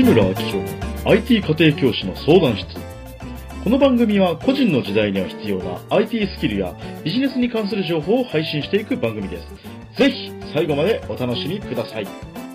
村明宏の IT 家庭教師の相談室。この番組は個人の時代には必要な IT スキルやビジネスに関する情報を配信していく番組です。ぜひ最後までお楽しみください。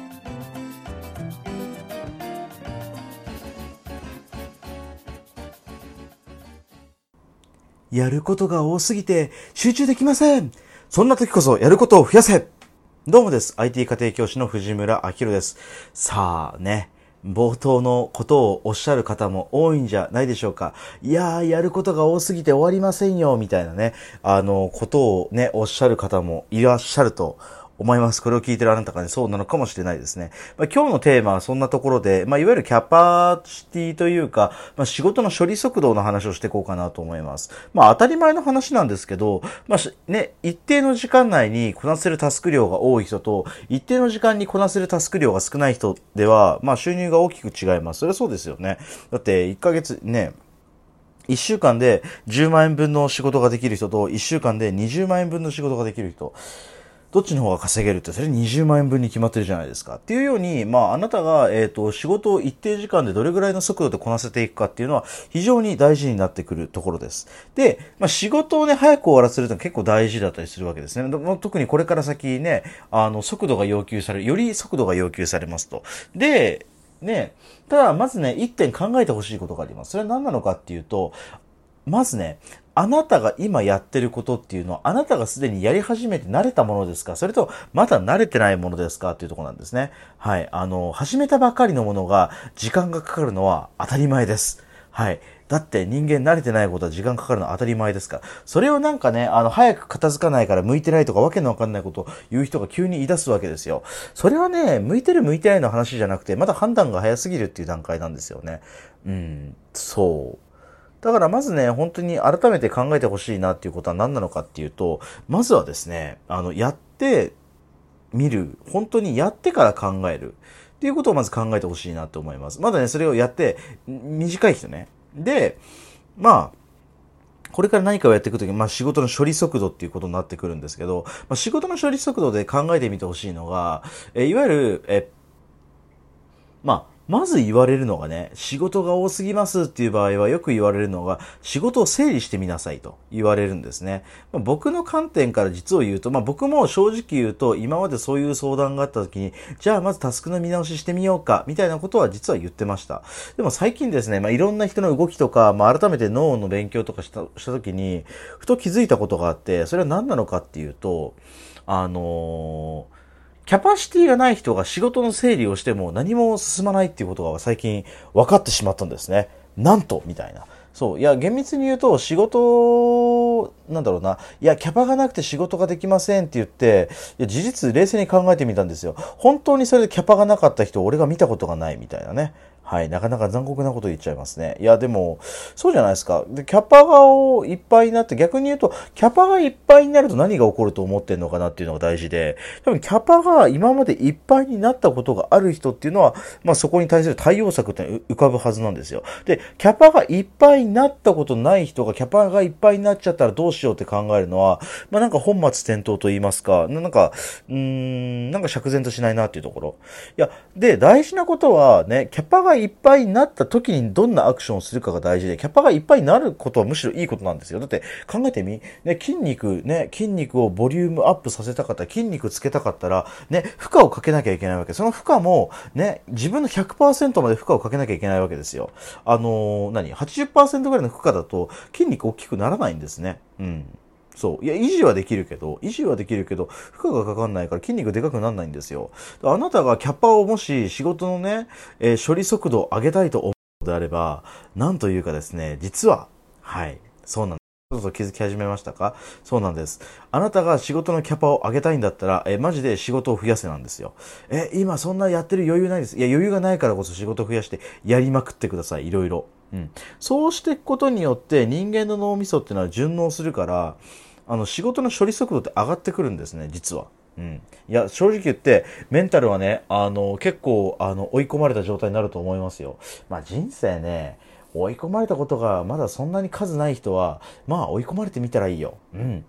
やることが多すぎて集中できません。そんな時こそやることを増やせ。どうもです。IT 家庭教師の藤村明宏です。さあね、冒頭のことをおっしゃる方も多いんじゃないでしょうか。いやー、やることが多すぎて終わりませんよ、みたいなね、ことをね、おっしゃる方もいらっしゃると思います。これを聞いてるあなたがね、そうなのかもしれないですね。今日のテーマはそんなところで、いわゆるキャパシティというか、仕事の処理速度の話をしていこうかなと思います。当たり前の話なんですけど、一定の時間内にこなせるタスク量が多い人と、一定の時間にこなせるタスク量が少ない人では、収入が大きく違います。それはそうですよね。だって、1ヶ月ね、1週間で10万円分の仕事ができる人と、1週間で20万円分の仕事ができる人。どっちの方が稼げるって、それ20万円分に決まってるじゃないですか。っていうように、あなたが、仕事を一定時間でどれぐらいの速度でこなせていくかっていうのは非常に大事になってくるところです。で、仕事をね、早く終わらせると結構大事だったりするわけですね。特にこれから先ね、速度が要求される、より速度が要求されますと。で、ね、ただ、まずね、一点考えてほしいことがあります。それは何なのかっていうと、まずね、あなたが今やってることっていうのは、あなたがすでにやり始めて慣れたものですか？それと、まだ慣れてないものですかっていうところなんですね。はい。始めたばかりのものが時間がかかるのは当たり前です。はい。だって人間慣れてないことは時間かかるのは当たり前ですから。それをなんかね、早く片付かないから向いてないとかわけのわかんないことを言う人が急に言い出すわけですよ。それはね、向いてる向いてないの話じゃなくて、まだ判断が早すぎるっていう段階なんですよね。そう。だからまずね、本当に改めて考えてほしいなっていうことは何なのかっていうと、まずはですね、やってみる。本当にやってから考える。っていうことをまず考えてほしいなと思います。まだね、それをやって、短い人ね。で、これから何かをやっていくとき、仕事の処理速度っていうことになってくるんですけど、仕事の処理速度で考えてみてほしいのが、いわゆる、まず言われるのがね、仕事が多すぎますっていう場合はよく言われるのが、仕事を整理してみなさいと言われるんですね。僕の観点から実を言うと、僕も正直言うと、今までそういう相談があった時に、じゃあまずタスクの見直ししてみようか、みたいなことは実は言ってました。でも最近ですね、いろんな人の動きとか、改めて脳の勉強とかした時に、ふと気づいたことがあって、それは何なのかっていうと、キャパシティがない人が仕事の整理をしても何も進まないっていうことが最近分かってしまったんですね。なんとみたいな。そう。いや、厳密に言うと仕事、なんだろうな。いや、キャパがなくて仕事ができませんって言って、いや、事実冷静に考えてみたんですよ。本当にそれでキャパがなかった人を俺が見たことがないみたいなね。はい。なかなか残酷なこと言っちゃいますね。いや、でも、そうじゃないですか。で、キャパがいっぱいになって、逆に言うと、キャパがいっぱいになると何が起こると思ってんのかなっていうのが大事で、多分キャパが今までいっぱいになったことがある人っていうのは、そこに対する対応策って浮かぶはずなんですよ。で、キャパがいっぱいになったことない人がキャパがいっぱいになっちゃったらどうしようって考えるのは、なんか本末転倒と言いますか、なんか釈然としないなっていうところ。いや、で、大事なことはね、キャパがいっぱいになった時にどんなアクションをするかが大事で、キャパがいっぱいになることはむしろいいことなんですよ。だって考えてみ、ね、筋肉をボリュームアップさせたかったら、筋肉つけたかったら、ね、負荷をかけなきゃいけないわけ。その負荷も、ね、自分の 100% まで負荷をかけなきゃいけないわけですよ。80% ぐらいの負荷だと筋肉大きくならないんですね。そう。いや、維持はできるけど、負荷がかかんないから筋肉でかくならないんですよ。あなたがキャパをもし仕事のね、処理速度を上げたいと思うのであれば、なんというかですね、実は、はい、そうなんです。そうそう気づき始めましたか？そうなんです。あなたが仕事のキャパを上げたいんだったら、マジで仕事を増やせなんですよ。今そんなやってる余裕ないです。いや、余裕がないからこそ仕事を増やしてやりまくってください。いろいろ。そうしていくことによって人間の脳みそっていうのは順応するから、仕事の処理速度って上がってくるんですね、実は。いや、正直言って、メンタルはね、結構、追い込まれた状態になると思いますよ。人生ね、追い込まれたことがまだそんなに数ない人は、追い込まれてみたらいいよ。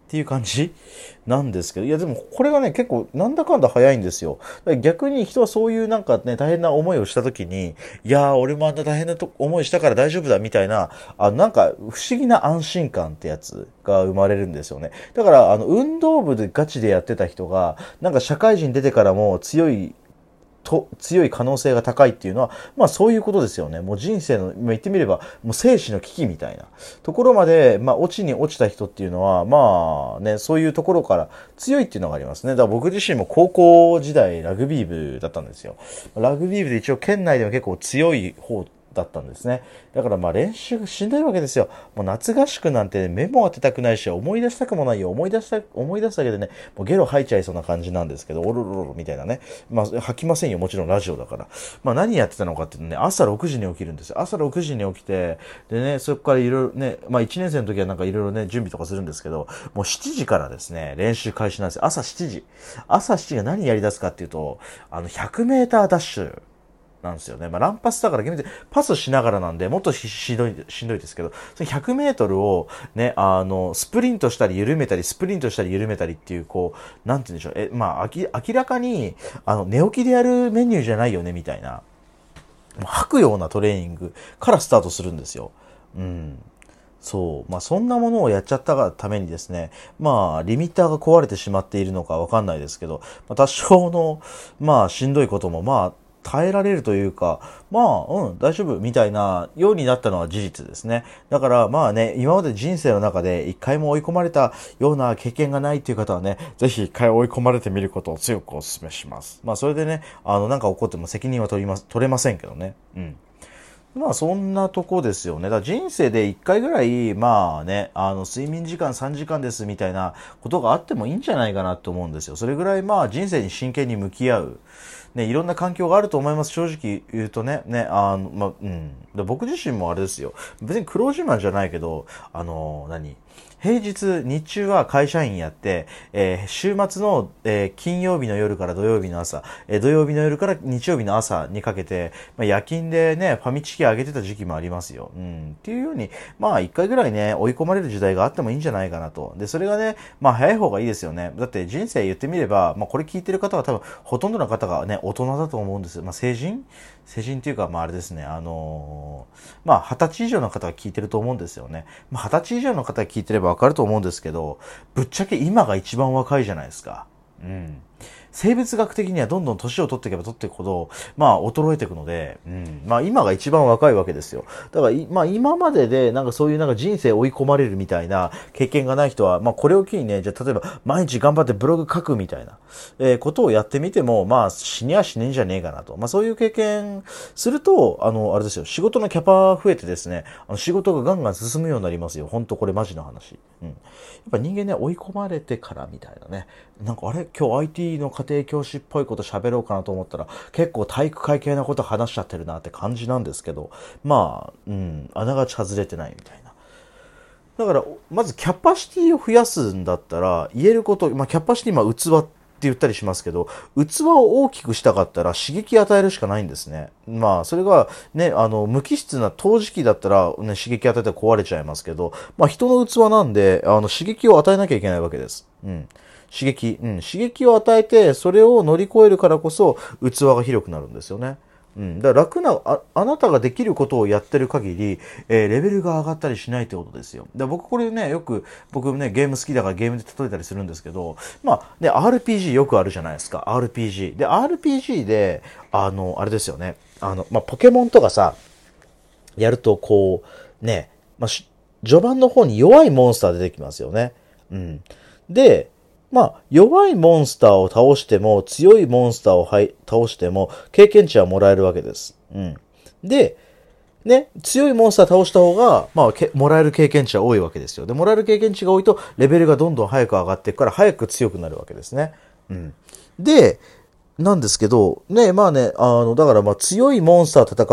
っていう感じなんですけど、いやでもこれがね、結構なんだかんだ早いんですよ。だから逆に人はそういうなんかね、大変な思いをした時に、いやー俺もあんな大変な思いしたから大丈夫だみたいな、なんか不思議な安心感ってやつが生まれるんですよね。だから運動部でガチでやってた人が、なんか社会人出てからも強い可能性が高いっていうのは、まあそういうことですよね。もう人生の、言ってみれば、もう生死の危機みたいなところまで、まあ落ちに落ちた人っていうのは、まあね、そういうところから強いっていうのがありますね。だから僕自身も高校時代ラグビー部だったんですよ。ラグビー部で一応県内では結構強い方だったんですね。だからまあ練習がしんどいわけですよ。もう夏合宿なんて、目も当てたくないし、思い出したくもないよ。思い出すだけでね、もうゲロ吐いちゃいそうな感じなんですけど、おろろろみたいなね。まあ吐きませんよ。もちろんラジオだから。まあ何やってたのかっていうとね、朝6時に起きるんですよ。朝6時に起きて、でね、そこからいろいろね、まあ1年生の時はなんかいろいろね、準備とかするんですけど、もう7時からですね、練習開始なんですよ。朝7時。朝7時が何やり出すかっていうと、100メーターダッシュ。なんですよね。まあ、ランパスだから厳密にパスしながらなんで、もっとしんどいですけど、その100メートルをね、スプリントしたり緩めたり、スプリントしたり緩めたりっていう、こう、なんて言うんでしょう。まあ、明らかに、寝起きでやるメニューじゃないよね、みたいな。吐くようなトレーニングからスタートするんですよ。うん。そう。まあ、そんなものをやっちゃったがためにですね、まあ、リミッターが壊れてしまっているのかわかんないですけど、まあ、多少の、まあ、しんどいことも、まあ、耐えられるというか、まあ、大丈夫みたいなようになったのは事実ですね。だからまあね、今まで人生の中で一回も追い込まれたような経験がないっていう方はね、ぜひ一回追い込まれてみることを強くお勧めします。まあそれでね、なんか起こっても責任は取れませんけどね。うん。まあそんなとこですよね。だから人生で一回ぐらい、まあね、睡眠時間3時間ですみたいなことがあってもいいんじゃないかなと思うんですよ。それぐらいまあ人生に真剣に向き合う。ね、いろんな環境があると思います。正直言うとね、僕自身もあれですよ。別に苦労自慢じゃないけど、平日、日中は会社員やって、週末の、金曜日の夜から土曜日の朝、土曜日の夜から日曜日の朝にかけて、まあ、夜勤でね、ファミチキ上げてた時期もありますよ。っていうように、まあ一回ぐらいね、追い込まれる時代があってもいいんじゃないかなと。で、それがね、まあ早い方がいいですよね。だって人生言ってみれば、まあこれ聞いてる方は多分、ほとんどの方がね、大人だと思うんですよ。まあ成人っていうか、まああれですね、まあ20歳以上の方が聞いてると思うんですよね。まあ20歳以上の方が聞いてればわかると思うんですけど、ぶっちゃけ今が一番若いじゃないですか。うん。生物学的にはどんどん年を取っていけば取っていくほど、まあ衰えていくので、まあ今が一番若いわけですよ。だからまあ今まででなんかそういうなんか人生追い込まれるみたいな経験がない人は、まあこれを機にね、じゃあ例えば毎日頑張ってブログ書くみたいな、ことをやってみても、まあ死には死ねんじゃねえかなと。まあそういう経験すると、あれですよ、仕事のキャパ増えてですね、仕事がガンガン進むようになりますよ。ほんとこれマジの話。やっぱ人間ね、追い込まれてからみたいなね。なんかあれ今日 IT の家庭教師っぽいこと喋ろうかなと思ったら結構体育会系なこと話しちゃってるなって感じなんですけど、まあ、あながち外れてないみたいな。だから、まずキャパシティを増やすんだったら、言えること、まあキャパシティ、まあ器って言ったりしますけど、器を大きくしたかったら刺激与えるしかないんですね。まあ、それがね、無機質な陶磁器だったら、ね、刺激与えたら壊れちゃいますけど、まあ人の器なんで、刺激を与えなきゃいけないわけです。刺激を与えて、それを乗り越えるからこそ、器が広くなるんですよね。だから楽なあなたができることをやってる限り、レベルが上がったりしないってことですよ。僕これね、僕ね、ゲーム好きだからゲームで例えたりするんですけど、まあ、ね、RPG よくあるじゃないですか。RPG。で、RPG で、あれですよね。まあ、ポケモンとかさ、やるとこう、ね、まあ、序盤の方に弱いモンスター出てきますよね。で、まあ、弱いモンスターを倒しても、強いモンスターを倒しても、経験値はもらえるわけです。で、ね、強いモンスター倒した方が、まあ、もらえる経験値は多いわけですよ。で、もらえる経験値が多いと、レベルがどんどん早く上がっていくから、早く強くなるわけですね。で、なんですけど、ね、まあね、だからまあ強いモンスター戦うっ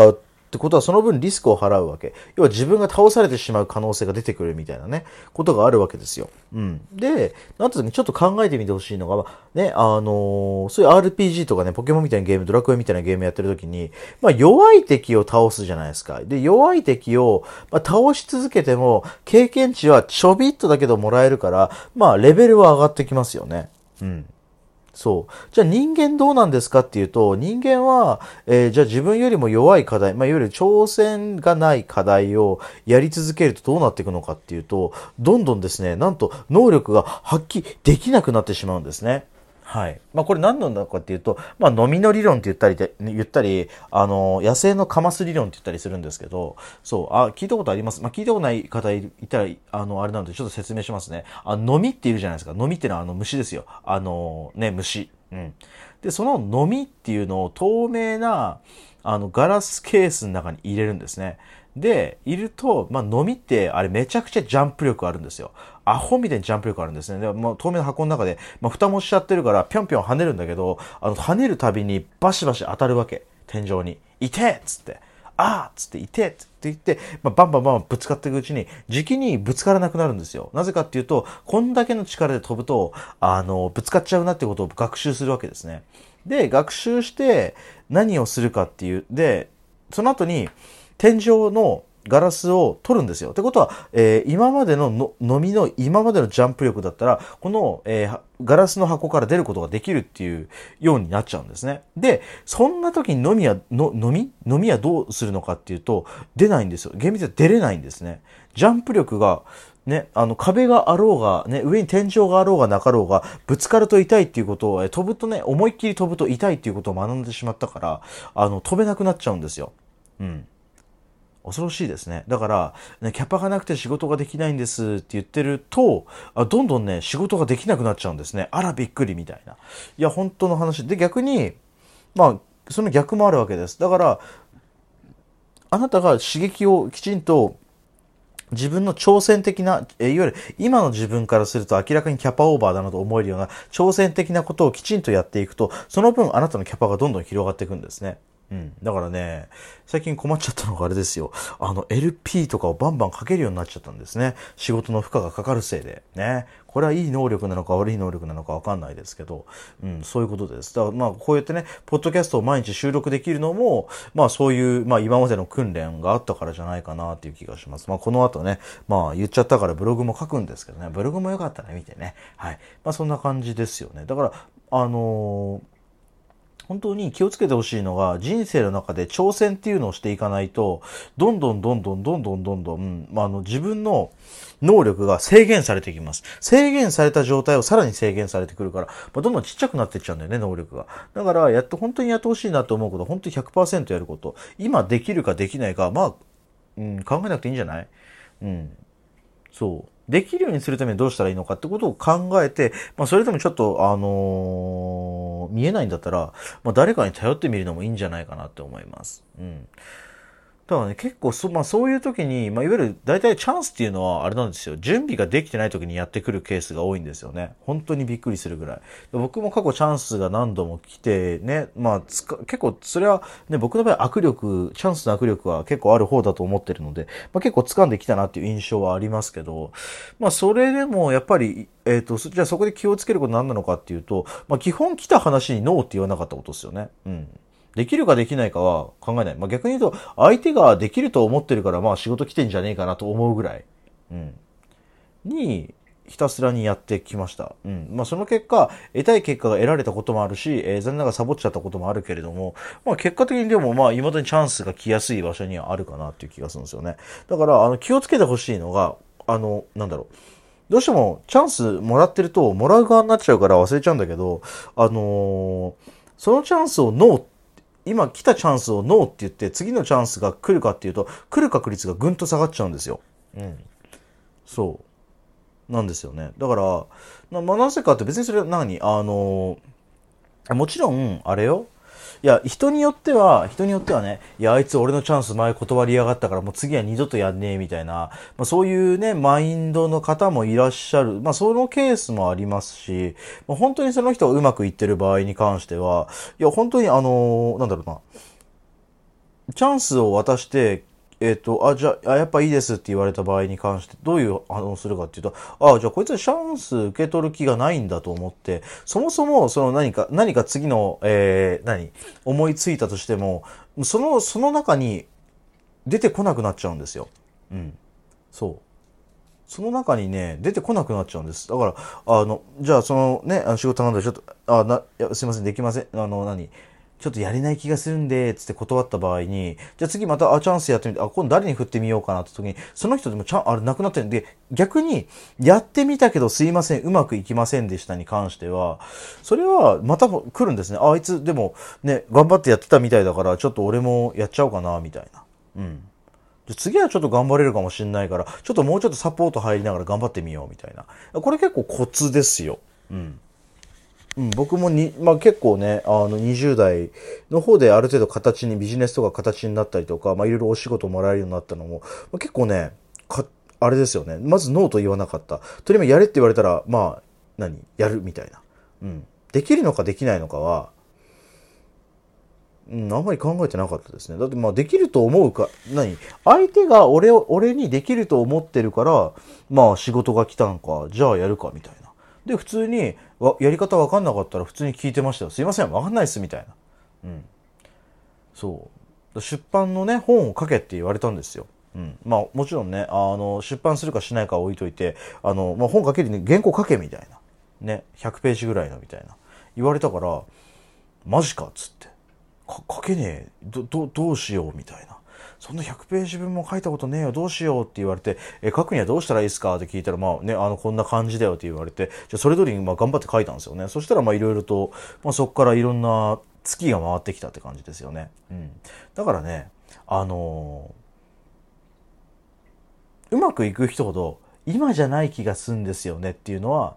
ってことはその分リスクを払うわけ。要は自分が倒されてしまう可能性が出てくるみたいなね、ことがあるわけですよ。うん。で、なんていうの、ちょっと考えてみてほしいのが、ね、そういう RPG とかね、ポケモンみたいなゲーム、ドラクエみたいなゲームやってるときに、まあ弱い敵を倒すじゃないですか。で、弱い敵を、まあ、倒し続けても、経験値はちょびっとだけどもらえるから、まあレベルは上がってきますよね。うん。そう。じゃあ人間どうなんですかっていうと、人間は、じゃあ自分よりも弱い課題、まあ、いわゆる挑戦がない課題をやり続けるとどうなっていくのかっていうと、どんどんですね、なんと能力が発揮できなくなってしまうんですね。はい。まあ、これ何なのかっていうと、まあ、飲みの理論って言ったり、野生のカマス理論って言ったりするんですけど、そう、聞いたことあります。まあ、聞いたことない方いたら、あれなのでちょっと説明しますね。飲みっているじゃないですか。飲みっていうのは虫ですよ。虫。うん。で、その飲みっていうのを透明な、ガラスケースの中に入れるんですね。で、いると、まあ、飲みって、あれめちゃくちゃジャンプ力あるんですよ。アホみたいにジャンプ力あるんですね。で、もう透明な箱の中で、まあ、蓋もしちゃってるから、ぴょんぴょん跳ねるんだけど、跳ねるたびにバシバシ当たるわけ。天井に。いてっつって。あーっつって、いてって言って、まあ、バンバンバンぶつかっていくうちに、時期にぶつからなくなるんですよ。なぜかっていうと、こんだけの力で飛ぶと、ぶつかっちゃうなってことを学習するわけですね。で、学習して何をするかっていう。で、その後に、天井のガラスを取るんですよ。ってことは、今までの飲みの今までのジャンプ力だったら、この、ガラスの箱から出ることができるっていうようになっちゃうんですね。で、そんな時に飲みはどうするのかっていうと、出ないんですよ。厳密には出れないんですね。ジャンプ力が、ね、壁があろうが、ね、上に天井があろうがなかろうが、ぶつかると痛いっていうことを、飛ぶとね、思いっきり飛ぶと痛いっていうことを学んでしまったから、飛べなくなっちゃうんですよ。うん。恐ろしいですね。だから、ね、キャパがなくて仕事ができないんですって言ってると、どんどんね、仕事ができなくなっちゃうんですね。あら、びっくりみたいな。いや、本当の話。で、逆に、まあ、その逆もあるわけです。だから、あなたが刺激をきちんと自分の挑戦的な、いわゆる今の自分からすると明らかにキャパオーバーだなと思えるような挑戦的なことをきちんとやっていくと、その分あなたのキャパがどんどん広がっていくんですね。うん。だからね、最近困っちゃったのがあれですよ。LP とかをバンバンかけるようになっちゃったんですね。仕事の負荷がかかるせいで。ね。これはいい能力なのか悪い能力なのかわかんないですけど、うん、そういうことです。だからまあ、こうやってね、ポッドキャストを毎日収録できるのも、まあそういう、まあ今までの訓練があったからじゃないかなっていう気がします。まあこの後ね、まあ言っちゃったからブログも書くんですけどね、ブログもよかったら見てね。はい。まあそんな感じですよね。だから、本当に気をつけてほしいのが、人生の中で挑戦っていうのをしていかないと、どんどん、まあ、自分の能力が制限されていきます。制限された状態をさらに制限されてくるから、まあ、どんどんちっちゃくなっていっちゃうんだよね、能力が。だから、本当にやってほしいなと思うこと、本当に 100% やること。今できるかできないか、まあ、考えなくていいんじゃない？うん。そう。できるようにするためにどうしたらいいのかってことを考えて、まあそれでもちょっと、見えないんだったら、まあ誰かに頼ってみるのもいいんじゃないかなって思います。うん。だからね、結構まあそういう時に、まあいわゆる大体チャンスっていうのはあれなんですよ。準備ができてない時にやってくるケースが多いんですよね。本当にびっくりするぐらい。僕も過去チャンスが何度も来て、ね、まあ結構それはね、僕の場合チャンスの握力は結構ある方だと思ってるので、まあ結構掴んできたなっていう印象はありますけど、まあそれでもやっぱり、じゃあそこで気をつけること何なのかっていうと、まあ基本来た話にノーって言わなかったことですよね。うん。できるかできないかは考えない。まあ、逆に言うと、相手ができると思ってるから、まあ仕事来てんじゃねえかなと思うぐらい、うん。に、ひたすらにやってきました。うん。まあその結果、得たい結果が得られたこともあるし、残念ながらサボっちゃったこともあるけれども、まあ結果的にでもまあ未だにチャンスが来やすい場所にはあるかなっていう気がするんですよね。だから、気をつけてほしいのが、なんだろう。どうしてもチャンスもらってると、もらう側になっちゃうから忘れちゃうんだけど、そのチャンスをノー今来たチャンスをノーって言って次のチャンスが来るかっていうと来る確率がぐんと下がっちゃうんですよ。うん。そうなんですよね。だからまあ、なぜかって別にそれはもちろんあれよ。いや、人によってはね、いや、あいつ俺のチャンス前断りやがったからもう次は二度とやんねえみたいな、まあそういうね、マインドの方もいらっしゃる。まあそのケースもありますし、まあ、本当にその人がうまくいってる場合に関しては、いや、本当になんだろうな、 チャンスを渡して、じゃあ、やっぱいいですって言われた場合に関して、どういう反応するかっていうと、じゃあこいつはチャンス受け取る気がないんだと思って、そもそも、その何か次の、思いついたとしても、その中に出てこなくなっちゃうんですよ。うん。そう。その中にね、出てこなくなっちゃうんです。だから、じゃあそのね、仕事なんでちょっと、いや、すいません、できません。ちょっとやれない気がするんで、つって断った場合に、じゃあ次また、チャンスやってみて、今度誰に振ってみようかなって時に、その人でもあれなくなってるんで、逆に、やってみたけどすいません、うまくいきませんでしたに関しては、それはまた来るんですね。あいつ、でも、ね、頑張ってやってたみたいだから、ちょっと俺もやっちゃおうかな、みたいな。うん。次はちょっと頑張れるかもしれないから、ちょっともうちょっとサポート入りながら頑張ってみようみたいな。これ結構コツですよ。うん。うん、僕も結構ね、20代の方である程度ビジネスとか形になったりとか、いろいろお仕事もらえるようになったのも、結構ね、あれですよね。まずノーと言わなかった。とりあえずやれって言われたら、やるみたいな。うん。できるのかできないのかは、うん、あんまり考えてなかったですね。だってできると思うか、相手が俺にできると思ってるから、仕事が来たんか、じゃあやるか、みたいな。で、普通に、やり方わかんなかったら普通に聞いてましたよ。すいません、わかんないっす、みたいな。うん。そう。出版のね、本を書けって言われたんですよ。うん。もちろんね、出版するかしないかは置いといて、本書けるに原稿書け、みたいな。ね、100ページぐらいの、みたいな。言われたから、マジか、っつって。書けねえ。どうしようみたいな。そんな100ページ分も書いたことねえよ。どうしようって言われて、書くにはどうしたらいいですかって聞いたら、こんな感じだよって言われて、じゃあそれ通りに頑張って書いたんですよね。そしたらいろいろと、そこからいろんな月が回ってきたって感じですよね。うん。だからね、うまくいく人ほど、今じゃない気がするんですよねっていうのは、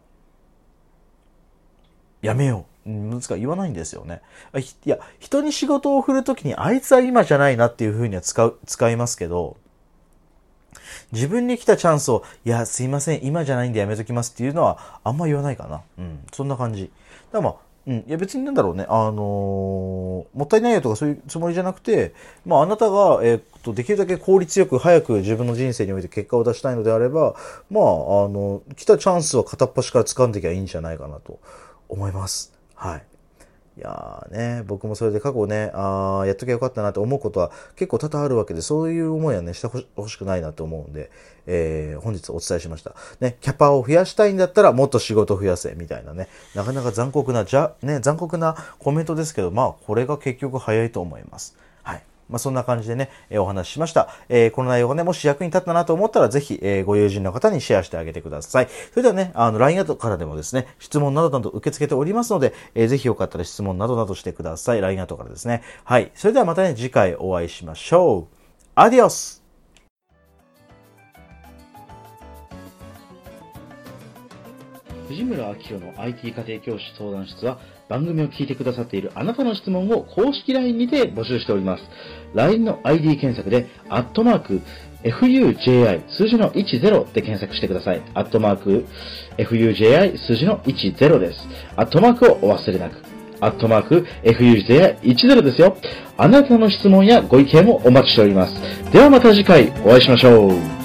やめよう。難しい言わないんですよね。いや、人に仕事を振るときに、あいつは今じゃないなっていう風には使いますけど、自分に来たチャンスを、いや、すいません、今じゃないんでやめときますっていうのは、あんま言わないかな。うん、そんな感じ。だからいや別になんだろうね、もったいないよとかそういうつもりじゃなくて、あなたが、できるだけ効率よく早く自分の人生において結果を出したいのであれば、来たチャンスは片っ端から掴んできゃいいんじゃないかなと思います。はい。いやーね、僕もそれで過去ね、やっときゃよかったなって思うことは結構多々あるわけで、そういう思いはね、してほしくないなと思うんで、本日お伝えしました。ね、キャパを増やしたいんだったらもっと仕事増やせ、みたいなね、なかなか残酷なコメントですけど、これが結局早いと思います。はい。そんな感じでね、お話ししました。この内容がね、もし役に立ったなと思ったら、ぜひ、ご友人の方にシェアしてあげてください。それではね、LINE アットからでもですね、質問などなど受け付けておりますので、ぜひよかったら質問などなどしてください。LINE アットからですね。はい。それではまたね、次回お会いしましょう。アディオス。 藤村明宏の IT 家庭教師相談室は、番組を聞いてくださっているあなたの質問を公式 LINE にて募集しております。LINE の ID 検索で、@FUJI 数字の10で検索してください。@FUJI 数字の10です。アットマークをお忘れなく。@FUJI10ですよ。あなたの質問やご意見もお待ちしております。ではまた次回お会いしましょう。